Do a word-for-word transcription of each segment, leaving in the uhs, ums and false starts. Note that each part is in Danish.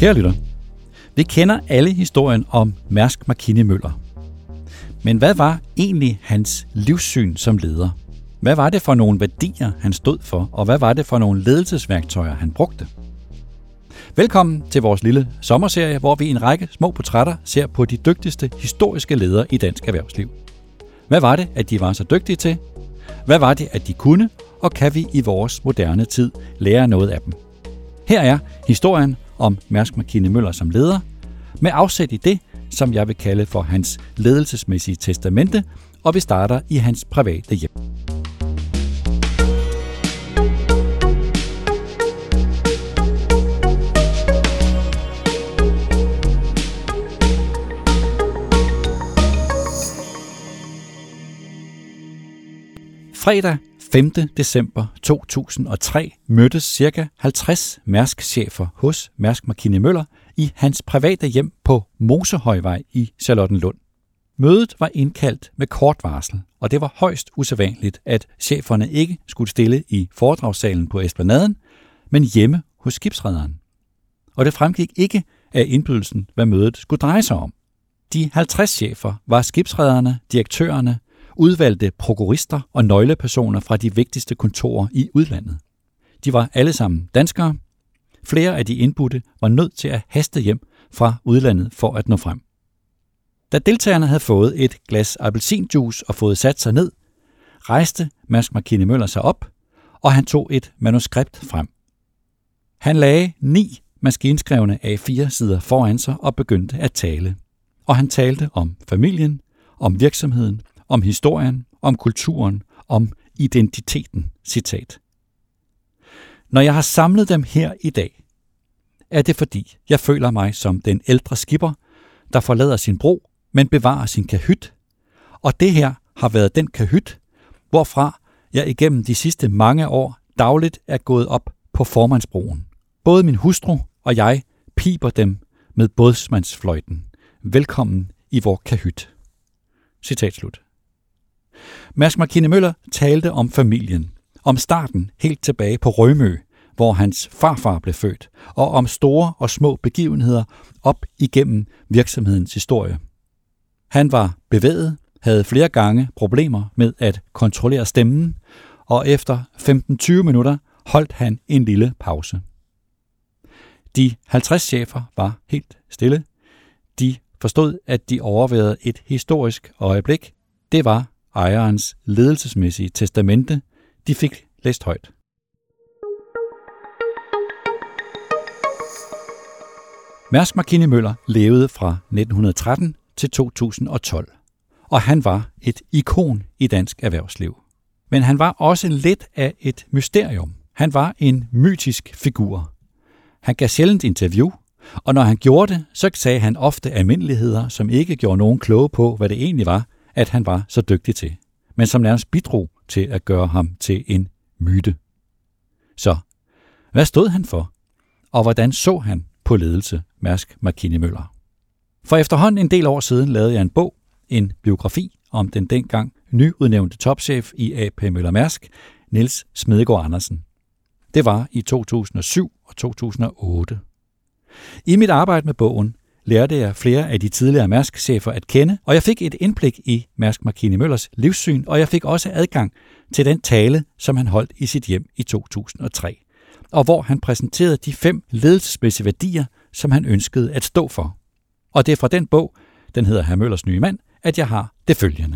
Kære lytter, vi kender alle historien om Mærsk Mc-Kinney Møller. Men hvad var egentlig hans livssyn som leder? Hvad var det for nogle værdier, han stod for, og hvad var det for nogle ledelsesværktøjer, han brugte? Velkommen til vores lille sommerserie, hvor vi i en række små portrætter ser på de dygtigste historiske ledere i dansk erhvervsliv. Hvad var det, at de var så dygtige til? Hvad var det, at de kunne? Og kan vi i vores moderne tid lære noget af dem? Her er historien om Mærsk Mc-Kinney Møller som leder, med afsæt i det, som jeg vil kalde for hans ledelsesmæssige testamente, og vi starter i hans private hjem. Fredag femte december to tusind og tre mødtes ca. halvtreds Mærsk-chefer hos Mærsk Mc-Kinney Møller i hans private hjem på Mosehøjvej i Charlottenlund. Mødet var indkaldt med kort varsel, og det var højst usædvanligt, at cheferne ikke skulle stille i foredragssalen på Esplanaden, men hjemme hos skibsrederen. Og det fremgik ikke af indbydelsen, hvad mødet skulle dreje sig om. De halvtreds chefer var skibsrederne, direktørerne, udvalgte prokurister og nøglepersoner fra de vigtigste kontorer i udlandet. De var alle sammen danskere. Flere af de indbudte var nødt til at haste hjem fra udlandet for at nå frem. Da deltagerne havde fået et glas appelsinjuice og fået sat sig ned, rejste Mærsk Mc-Kinney Møller sig op, og han tog et manuskript frem. Han lagde ni maskinskrevne A fire sider foran sig og begyndte at tale. Og han talte om familien, om virksomheden, om historien, om kulturen, om identiteten. Citat. Når jeg har samlet dem her i dag, er det fordi, jeg føler mig som den ældre skipper, der forlader sin bro, men bevarer sin kahyt. Og det her har været den kahyt, hvorfra jeg igennem de sidste mange år dagligt er gået op på formandsbroen. Både min hustru og jeg piber dem med bådsmandsfløjten. Velkommen i vor kahyt. Citat slut. Mærsk Mc-Kinney Møller talte om familien, om starten helt tilbage på Rømø, hvor hans farfar blev født, og om store og små begivenheder op igennem virksomhedens historie. Han var bevæget, havde flere gange problemer med at kontrollere stemmen, og efter femten til tyve minutter holdt han en lille pause. De halvtreds chefer var helt stille. De forstod, at de overværede et historisk øjeblik. Det var ejerens ledelsesmæssige testamente, de fik læst højt. Mærsk Mc-Kinney Møller levede fra nitten tretten til to tusind og tolv, og han var et ikon i dansk erhvervsliv. Men han var også lidt af et mysterium. Han var en mytisk figur. Han gav sjældent interview, og når han gjorde det, så sagde han ofte almindeligheder, som ikke gjorde nogen kloge på, hvad det egentlig var, at han var så dygtig til, men som nærmest bidrog til at gøre ham til en myte. Så, hvad stod han for? Og hvordan så han på ledelse Mærsk Mc-Kinney Møller? For efterhånden en del år siden lavede jeg en bog, en biografi om den dengang nyudnævnte topchef i A P Møller Mærsk, Niels Smedegaard Andersen. Det var i to tusind og syv og to tusind og otte. I mit arbejde med bogen lærte jeg flere af de tidligere Mærsk-chefer at kende, og jeg fik et indblik i Mærsk Mc-Kinney Møllers livssyn, og jeg fik også adgang til den tale, som han holdt i sit hjem i to tusind og tre, og hvor han præsenterede de fem ledelsesmæssige værdier, som han ønskede at stå for. Og det er fra den bog, den hedder Hr. Møllers nye mand, at jeg har det følgende.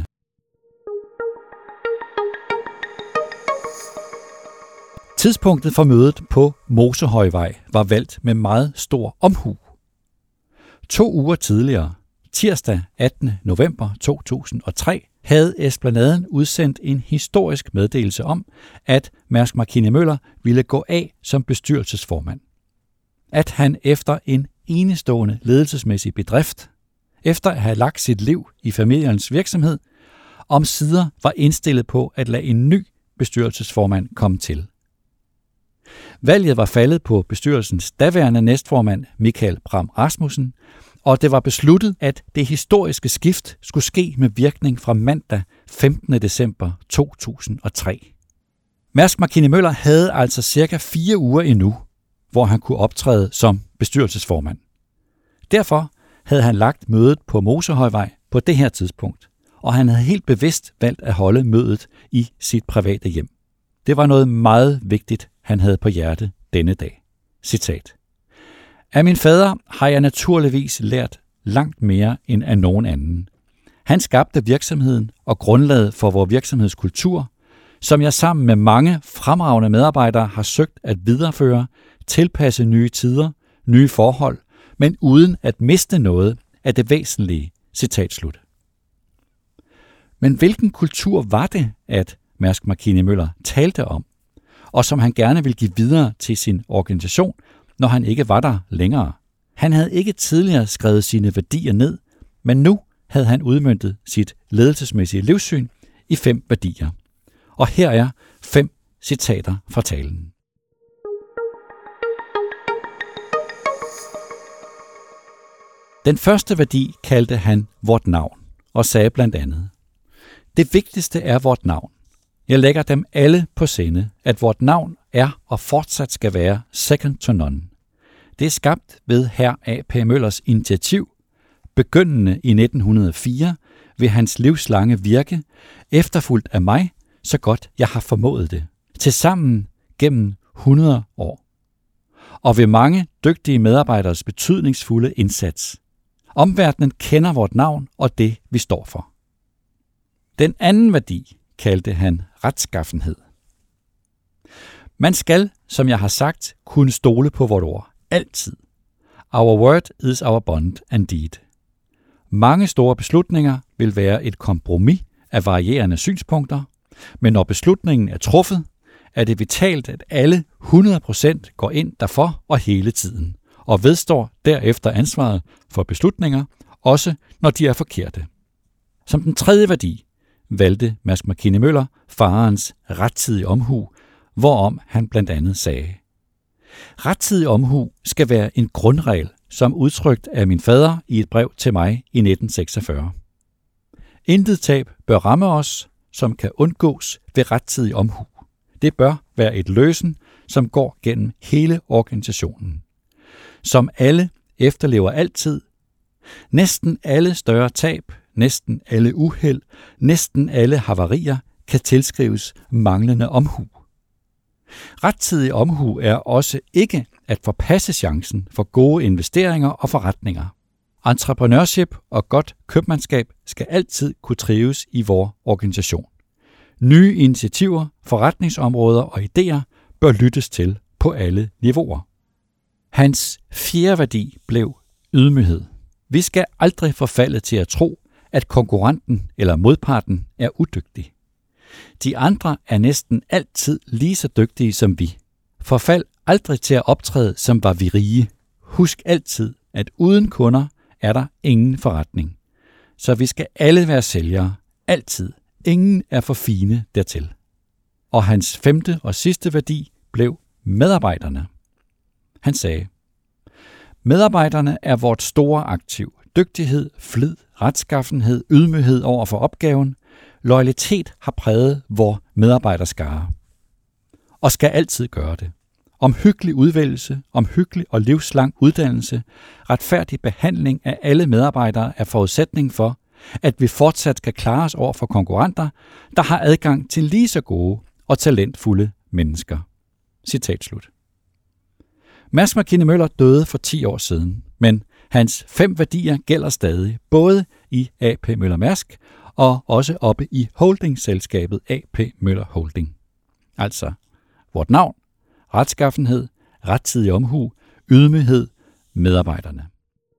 Tidspunktet for mødet på Mosehøjvej var valgt med meget stor omhu. To uger tidligere, tirsdag attende november to tusind og tre, havde Esplanaden udsendt en historisk meddelelse om, at Mærsk Mc-Kinney Møller ville gå af som bestyrelsesformand. At han efter en enestående ledelsesmæssig bedrift, efter at have lagt sit liv i familiens virksomhed, omsider var indstillet på at lade en ny bestyrelsesformand komme til. Valget var faldet på bestyrelsens daværende næstformand Michael Pram Rasmussen, og det var besluttet, at det historiske skift skulle ske med virkning fra mandag femtende december to tusind og tre. Mærsk Mc-Kinney Møller havde altså cirka fire uger endnu, hvor han kunne optræde som bestyrelsesformand. Derfor havde han lagt mødet på Mosehøjvej på det her tidspunkt, og han havde helt bevidst valgt at holde mødet i sit private hjem. Det var noget meget vigtigt, han havde på hjerte denne dag. Citat. Af min fader har jeg naturligvis lært langt mere end af nogen anden. Han skabte virksomheden og grundlaget for vores virksomhedskultur, som jeg sammen med mange fremragende medarbejdere har søgt at videreføre, tilpasse nye tider, nye forhold, men uden at miste noget af det væsentlige. Citat slut. Men hvilken kultur var det, at Mærsk Mc-Kinney Møller talte om, og som han gerne ville give videre til sin organisation, når han ikke var der længere? Han havde ikke tidligere skrevet sine værdier ned, men nu havde han udmøntet sit ledelsesmæssige livssyn i fem værdier. Og her er fem citater fra talen. Den første værdi kaldte han vort navn, og sagde blandt andet: Det vigtigste er vort navn. Jeg lægger dem alle på sinde, at vort navn er og fortsat skal være second to none. Det er skabt ved hr. A P Møllers initiativ, begyndende i nitten hundrede og fire ved hans livslange virke, efterfulgt af mig, så godt jeg har formået det, tilsammen gennem hundrede år. Og ved mange dygtige medarbejderes betydningsfulde indsats. Omverdenen kender vort navn og det, vi står for. Den anden værdi kaldte han retskaffenhed. Man skal, som jeg har sagt, kunne stole på vort ord. Altid. Our word is our bond and deed. Mange store beslutninger vil være et kompromis af varierende synspunkter, men når beslutningen er truffet, er det vitalt, at alle hundrede procent går ind derfor og hele tiden, og vedstår derefter ansvaret for beslutninger, også når de er forkerte. Som den tredje værdi valgte Mærsk Mc-Kinney Møller farens rettidige omhu, hvorom han blandt andet sagde: Rettidig omhu skal være en grundregel, som udtrykt af min fader i et brev til mig i nitten seksogfyrre. Intet tab bør ramme os, som kan undgås ved rettidig omhu. Det bør være et løsen, som går gennem hele organisationen. Som alle efterlever altid. Næsten alle større tab, næsten alle uheld, næsten alle havarier kan tilskrives manglende omhu. Rettidig omhu er også ikke at forpasse chancen for gode investeringer og forretninger. Entreprenørskab og godt købmandskab skal altid kunne trives i vores organisation. Nye initiativer, forretningsområder og idéer bør lyttes til på alle niveauer. Hans fjerde værdi blev ydmyghed. Vi skal aldrig forfalde til at tro, at konkurrenten eller modparten er udygtig. De andre er næsten altid lige så dygtige som vi. Forfald aldrig til at optræde, som var vi rige. Husk altid, at uden kunder er der ingen forretning. Så vi skal alle være sælgere. Altid. Ingen er for fine dertil. Og hans femte og sidste værdi blev medarbejderne. Han sagde: Medarbejderne er vort store aktiv. Dygtighed, flid, retskaffenhed, ydmyghed over for opgaven. Loyalitet har præget vor medarbejderskare. Og skal altid gøre det. Omhyggelig udvælgelse, omhyggelig og livslang uddannelse, retfærdig behandling af alle medarbejdere er forudsætning for, at vi fortsat skal klare os over for konkurrenter, der har adgang til lige så gode og talentfulde mennesker. Citat slut. Mærsk Mc-Kinney Møller døde for ti år siden, men hans fem værdier gælder stadig, både i A P Møller Mærsk og også oppe i holdingselskabet A P Møller Holding. Altså vort navn, retskaffenhed, rettidig omhu, ydmyghed, medarbejderne.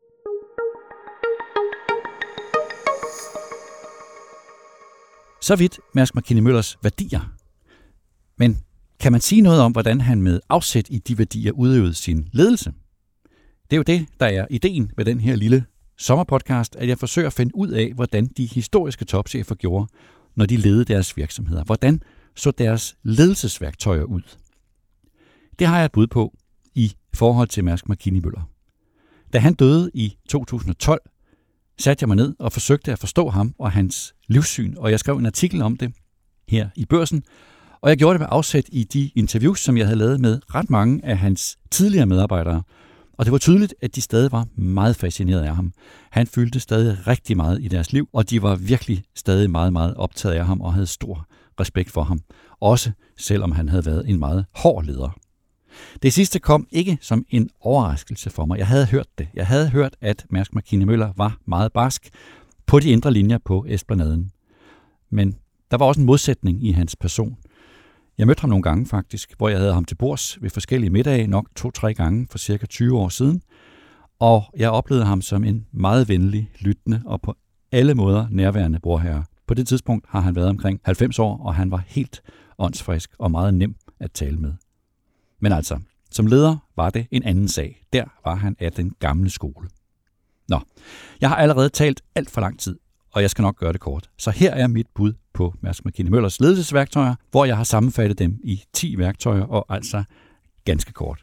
Så vidt Mærsk Mc-Kinney Møllers værdier. Men kan man sige noget om, hvordan han med afsæt i de værdier udøvede sin ledelse? Det er jo det, der er ideen med den her lille sommerpodcast, at jeg forsøger at finde ud af, hvordan de historiske topchefer gjorde, når de ledede deres virksomheder. Hvordan så deres ledelsesværktøjer ud? Det har jeg et bud på i forhold til Mærsk Mc-Kinney Møller. Da han døde i to tusind og tolv, satte jeg mig ned og forsøgte at forstå ham og hans livssyn, og jeg skrev en artikel om det her i Børsen, Og jeg gjorde det med afsæt i de interviews, som jeg havde lavet med ret mange af hans tidligere medarbejdere. Og det var tydeligt, at de stadig var meget fascineret af ham. Han fyldte stadig rigtig meget i deres liv, og de var virkelig stadig meget, meget optaget af ham og havde stor respekt for ham. Også selvom han havde været en meget hård leder. Det sidste kom ikke som en overraskelse for mig. Jeg havde hørt det. Jeg havde hørt, at Mærsk Mc-Kinney Møller var meget barsk på de indre linjer på Esplanaden. Men der var også en modsætning i hans person. Jeg mødte ham nogle gange faktisk, hvor jeg havde ham til bords ved forskellige middage, nok to-tre gange for cirka tyve år siden. Og jeg oplevede ham som en meget venlig, lyttende og på alle måder nærværende brorherre. På det tidspunkt har han været omkring halvfems år, og han var helt åndsfrisk og meget nem at tale med. Men altså, som leder var det en anden sag. Der var han af den gamle skole. Nå, jeg har allerede talt alt for lang tid, og jeg skal nok gøre det kort. Så her er mit bud på Mærsk Mc-Kinney Møllers ledelsesværktøjer, hvor jeg har sammenfattet dem i ti værktøjer, og altså ganske kort.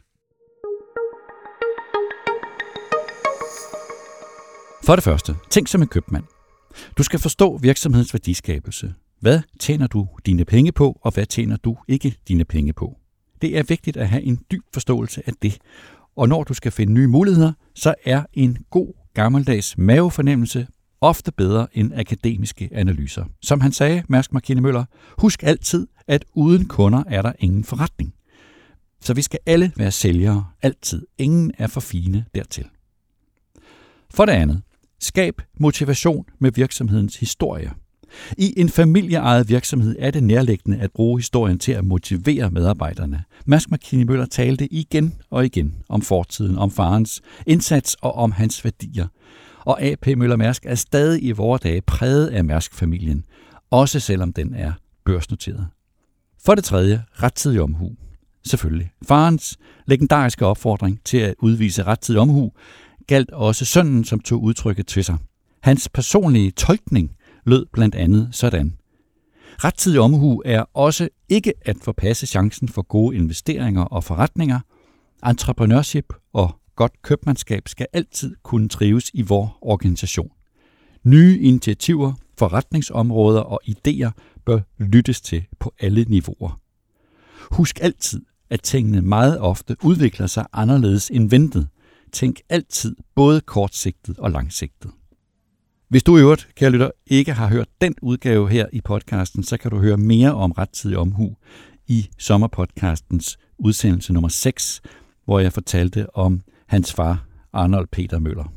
For det første, tænk som en købmand. Du skal forstå virksomhedens værdiskabelse. Hvad tjener du dine penge på, og hvad tjener du ikke dine penge på? Det er vigtigt at have en dyb forståelse af det. Og når du skal finde nye muligheder, så er en god gammeldags mavefornemmelse ofte bedre end akademiske analyser. Som han sagde, Mærsk Mc-Kinney Møller, husk altid, at uden kunder er der ingen forretning. Så vi skal alle være sælgere, altid. Ingen er for fine dertil. For det andet, skab motivation med virksomhedens historie. I en familieejet virksomhed er det nærliggende at bruge historien til at motivere medarbejderne. Mærsk Mc-Kinney Møller talte igen og igen om fortiden, om farens indsats og om hans værdier. Og A P Møller Mærsk er stadig i vore dage præget af Mærsk-familien, også selvom den er børsnoteret. For det tredje, rettidig omhu. Selvfølgelig. Farens legendariske opfordring til at udvise rettidig omhu galt også sønnen, som tog udtrykket til sig. Hans personlige tolkning lød blandt andet sådan. Rettidig omhu er også ikke at forpasse chancen for gode investeringer og forretninger. Entreprenørskab og godt købmandskab skal altid kunne trives i vores organisation. Nye initiativer, forretningsområder og idéer bør lyttes til på alle niveauer. Husk altid, at tingene meget ofte udvikler sig anderledes end ventet. Tænk altid både kortsigtet og langsigtet. Hvis du i øvrigt, kære lytter, ikke har hørt den udgave her i podcasten, så kan du høre mere om rettidig omhu i sommerpodcastens udsendelse nummer seks, hvor jeg fortalte om hans far, Arnold Peter Møller.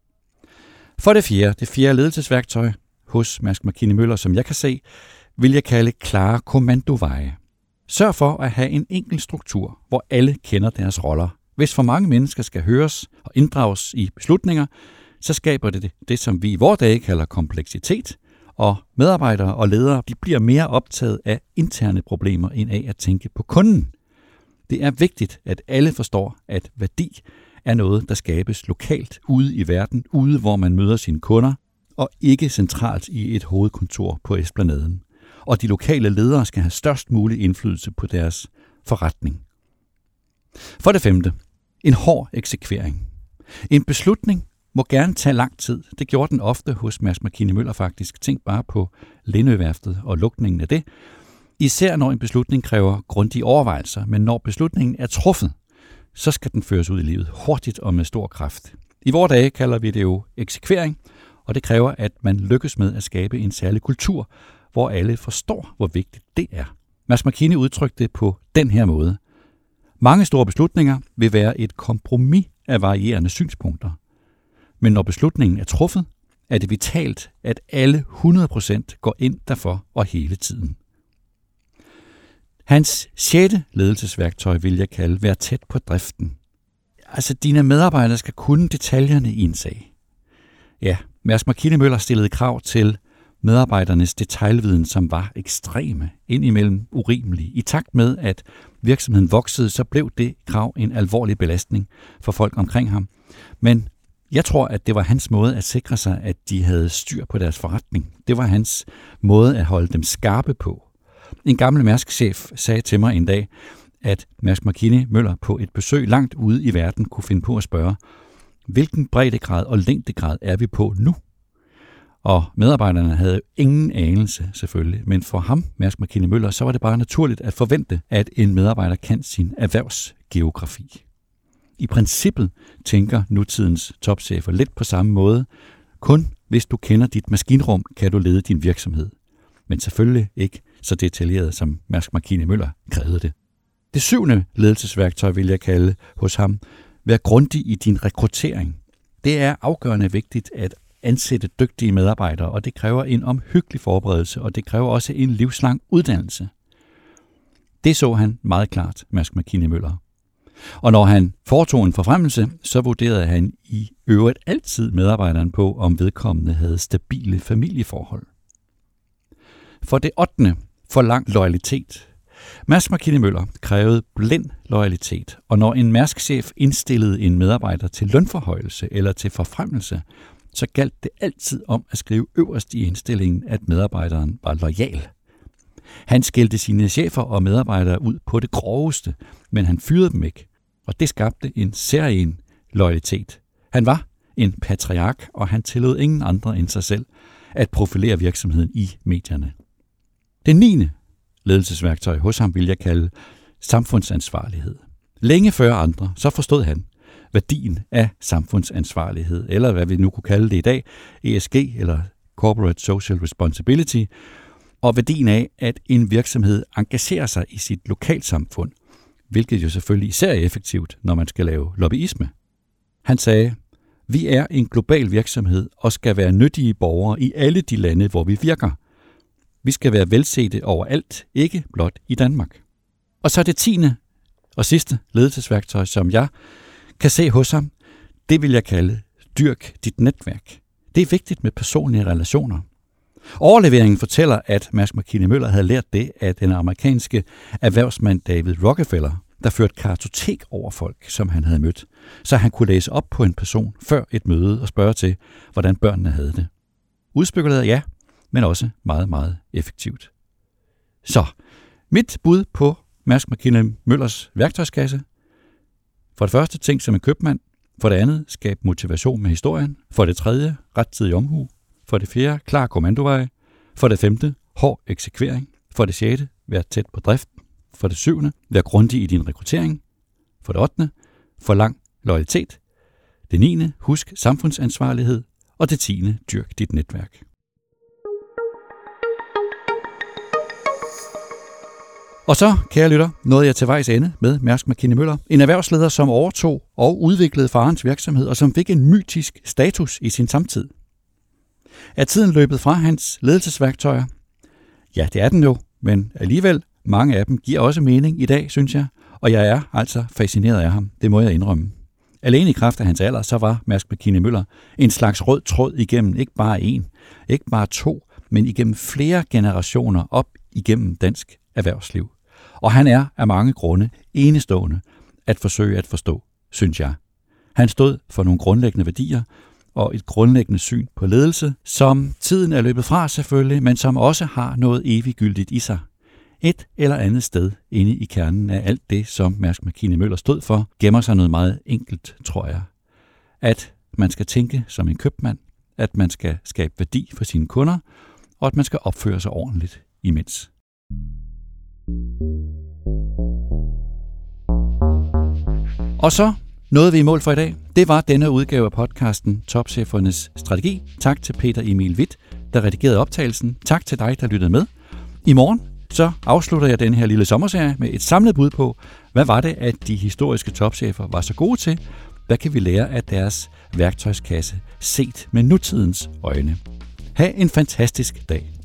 For det fjerde, det fjerde ledelsesværktøj hos Mærsk Mc-Kinney Møller, som jeg kan se, vil jeg kalde klare kommandoveje. Sørg for at have en enkel struktur, hvor alle kender deres roller. Hvis for mange mennesker skal høres og inddrages i beslutninger, så skaber det det, som vi i vore dage kalder kompleksitet, og medarbejdere og ledere de bliver mere optaget af interne problemer end af at tænke på kunden. Det er vigtigt, at alle forstår, at værdi er noget, der skabes lokalt ude i verden, ude hvor man møder sine kunder, og ikke centralt i et hovedkontor på Esplanaden. Og de lokale ledere skal have størst mulig indflydelse på deres forretning. For det femte, en hård eksekvering. En beslutning må gerne tage lang tid. Det gjorde den ofte hos Mærsk Mc-Kinney Møller faktisk. Tænk bare på Lindøværftet og lukningen af det. Især når en beslutning kræver grundige overvejelser, men når beslutningen er truffet, så skal den føres ud i livet hurtigt og med stor kraft. I vore dage kalder vi det jo eksekvering, og det kræver, at man lykkes med at skabe en særlig kultur, hvor alle forstår, hvor vigtigt det er. Mærsk Mc-Kinney udtrykte det på den her måde. Mange store beslutninger vil være et kompromis af varierende synspunkter. Men når beslutningen er truffet, er det vitalt, at alle hundrede procent går ind derfor og hele tiden. Hans sjette ledelsesværktøj vil jeg kalde være tæt på driften. Altså, dine medarbejdere skal kunne detaljerne i en sag. Ja, Mærsk Mc-Kinney Møller stillede krav til medarbejdernes detailviden, som var ekstreme, indimellem urimelige. I takt med, at virksomheden voksede, så blev det krav en alvorlig belastning for folk omkring ham. Men jeg tror, at det var hans måde at sikre sig, at de havde styr på deres forretning. Det var hans måde at holde dem skarpe på. En gammel Mærsk-chef sagde til mig en dag, at Mærsk Mc-Kinney Møller på et besøg langt ude i verden kunne finde på at spørge, hvilken breddegrad og længdegrad er vi på nu? Og medarbejderne havde ingen anelse selvfølgelig, men for ham, Mærsk Mc-Kinney Møller, så var det bare naturligt at forvente, at en medarbejder kan sin erhvervsgeografi. I princippet tænker nutidens topchefer lidt på samme måde. Kun hvis du kender dit maskinrum, kan du lede din virksomhed. Men selvfølgelig ikke så detaljeret, som Mærsk Mc-Kinney Møller krævede det. Det syvende ledelsesværktøj vil jeg kalde hos ham, vær grundig i din rekruttering. Det er afgørende vigtigt at ansætte dygtige medarbejdere, og det kræver en omhyggelig forberedelse, og det kræver også en livslang uddannelse. Det så han meget klart, Mærsk Mc-Kinney Møller. Og når han foretog en forfremmelse, så vurderede han i øvrigt altid medarbejderen på, om vedkommende havde stabile familieforhold. For det ottende, forlang loyalitet. Mærsk Mc-Kinney Møller krævede blind loyalitet, og når en Mærsk-chef indstillede en medarbejder til lønforhøjelse eller til forfremmelse, så galt det altid om at skrive øverst i indstillingen, at medarbejderen var loyal. Han skældte sine chefer og medarbejdere ud på det groveste, men han fyrede dem ikke, og det skabte en særegen loyalitet. Han var en patriark, og han tillod ingen andre end sig selv at profilere virksomheden i medierne. Det niende ledelsesværktøj hos ham vil jeg kalde samfundsansvarlighed. Længe før andre, så forstod han værdien af samfundsansvarlighed, eller hvad vi nu kunne kalde det i dag, E S G eller Corporate Social Responsibility, og værdien af, at en virksomhed engagerer sig i sit lokalsamfund, hvilket jo selvfølgelig især er effektivt, når man skal lave lobbyisme. Han sagde, vi er en global virksomhed og skal være nyttige borgere i alle de lande, hvor vi virker. Vi skal være velsete overalt, ikke blot i Danmark. Og så det tiende og sidste ledelsesværktøj, som jeg kan se hos ham, det vil jeg kalde dyrk dit netværk. Det er vigtigt med personlige relationer. Overleveringen fortæller, at Mærsk Mc-Kinney Møller havde lært det af den amerikanske erhvervsmand David Rockefeller, der førte kartotek over folk, som han havde mødt, så han kunne læse op på en person før et møde og spørge til, hvordan børnene havde det. Udspekuleret ja, men også meget, meget effektivt. Så, mit bud på Mærsk Mc-Kinney Møllers værktøjskasse. For det første, tænk som en købmand. For det andet, skab motivation med historien. For det tredje, rettidig omhu. For det fjerde, klar kommandoveje. For det femte, hård eksekvering. For det sjette, vær tæt på driften. For det syvende, vær grundig i din rekruttering. For det ottende, forlang loyalitet. Det niende, husk samfundsansvarlighed. Og det tiende, dyrk dit netværk. Og så, kære lytter, nåede jeg til vejs ende med Mærsk Mc-Kinney Møller, en erhvervsleder, som overtog og udviklede farens virksomhed, og som fik en mytisk status i sin samtid. Er tiden løbet fra hans ledelsesværktøjer? Ja, det er den jo, men alligevel, mange af dem giver også mening i dag, synes jeg, og jeg er altså fascineret af ham, det må jeg indrømme. Alene i kraft af hans alder, så var Mærsk Mc-Kinney Møller en slags rød tråd igennem ikke bare en, ikke bare to, men igennem flere generationer op igennem dansk erhvervsliv. Og han er af mange grunde enestående at forsøge at forstå, synes jeg. Han stod for nogle grundlæggende værdier og et grundlæggende syn på ledelse, som tiden er løbet fra selvfølgelig, men som også har noget eviggyldigt i sig. Et eller andet sted inde i kernen af alt det, som Mærsk Mc-Kinney Møller stod for, gemmer sig noget meget enkelt, tror jeg. At man skal tænke som en købmand, at man skal skabe værdi for sine kunder, og at man skal opføre sig ordentligt imens. Og så nåede vi i mål for i dag. Det var denne udgave af podcasten Topchefernes Strategi. Tak til Peter Emil Witt, der redigerede optagelsen. Tak til dig, der lyttede med. I morgen så afslutter jeg den her lille sommerserie med et samlet bud på, hvad var det, at de historiske topchefer var så gode til? Hvad kan vi lære af deres værktøjskasse set med nutidens øjne? Ha' en fantastisk dag.